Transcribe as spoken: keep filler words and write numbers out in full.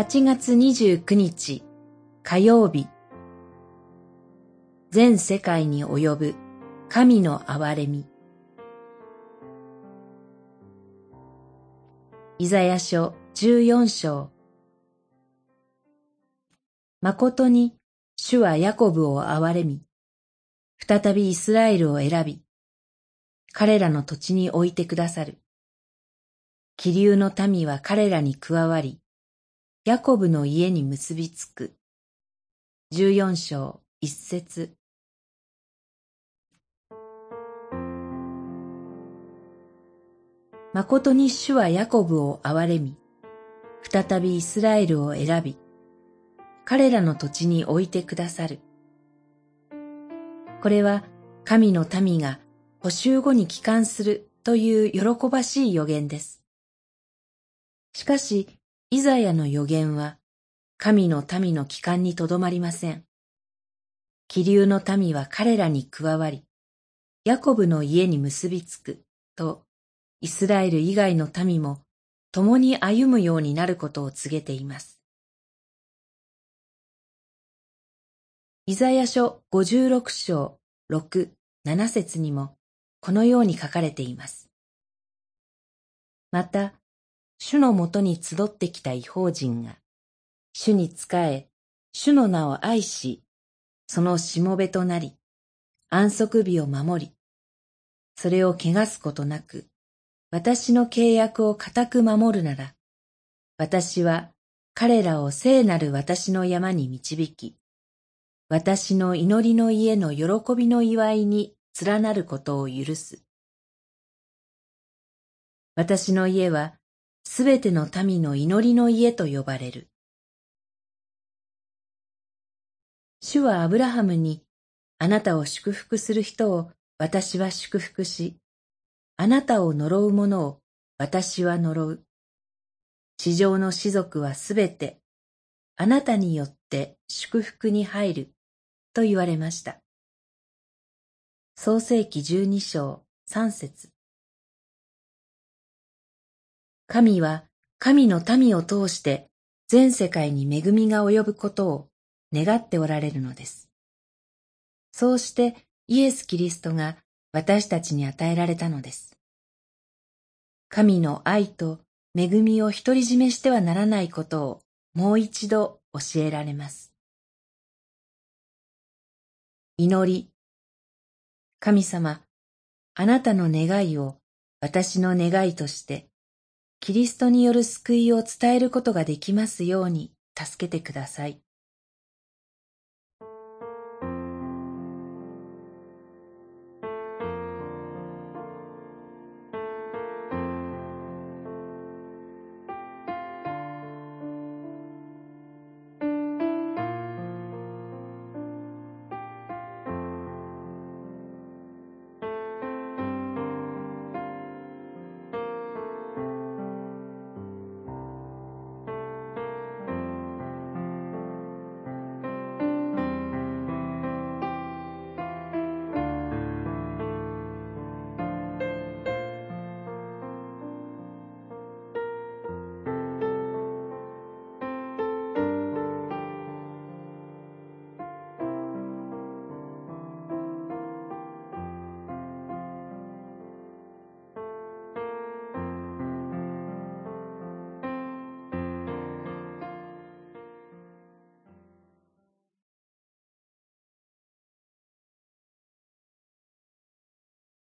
はちがつにじゅうくにち火曜日、全世界に及ぶ神の憐れみ。イザヤ書じゅうよんしょう。まことに主はヤコブを憐れみ、再びイスラエルを選び、彼らの土地に置いてくださる。気流の民は彼らに加わり、ヤコブの家に結びつく。じゅうよんしょういっせつ。まことに主はヤコブを憐れみ、再びイスラエルを選び、彼らの土地に置いてくださる。これは神の民が補修後に帰還するという喜ばしい予言です。しかし、イザヤの予言は、神の民の帰還にとどまりません。気流の民は彼らに加わり、ヤコブの家に結びつくと、イスラエル以外の民も共に歩むようになることを告げています。イザヤ書ごじゅうろくしょうろく、ななせつにもこのように書かれています。また、主のもとに集ってきた異邦人が、主に仕え、主の名を愛し、そのしもべとなり、安息日を守り、それを汚すことなく、私の契約を固く守るなら、私は彼らを聖なる私の山に導き、私の祈りの家の喜びの祝いに連なることを許す。私の家はすべての民の祈りの家と呼ばれる。主はアブラハムに、あなたを祝福する人を私は祝福し、あなたを呪う者を私は呪う。地上の士族はすべて、あなたによって祝福に入る、と言われました。創世記じゅうにしょうさんせつ。神は神の民を通して全世界に恵みが及ぶことを願っておられるのです。そうしてイエス・キリストが私たちに与えられたのです。神の愛と恵みを独り占めしてはならないことをもう一度教えられます。祈り。神様、あなたの願いを私の願いとして、キリストによる救いを伝えることができますように助けてください。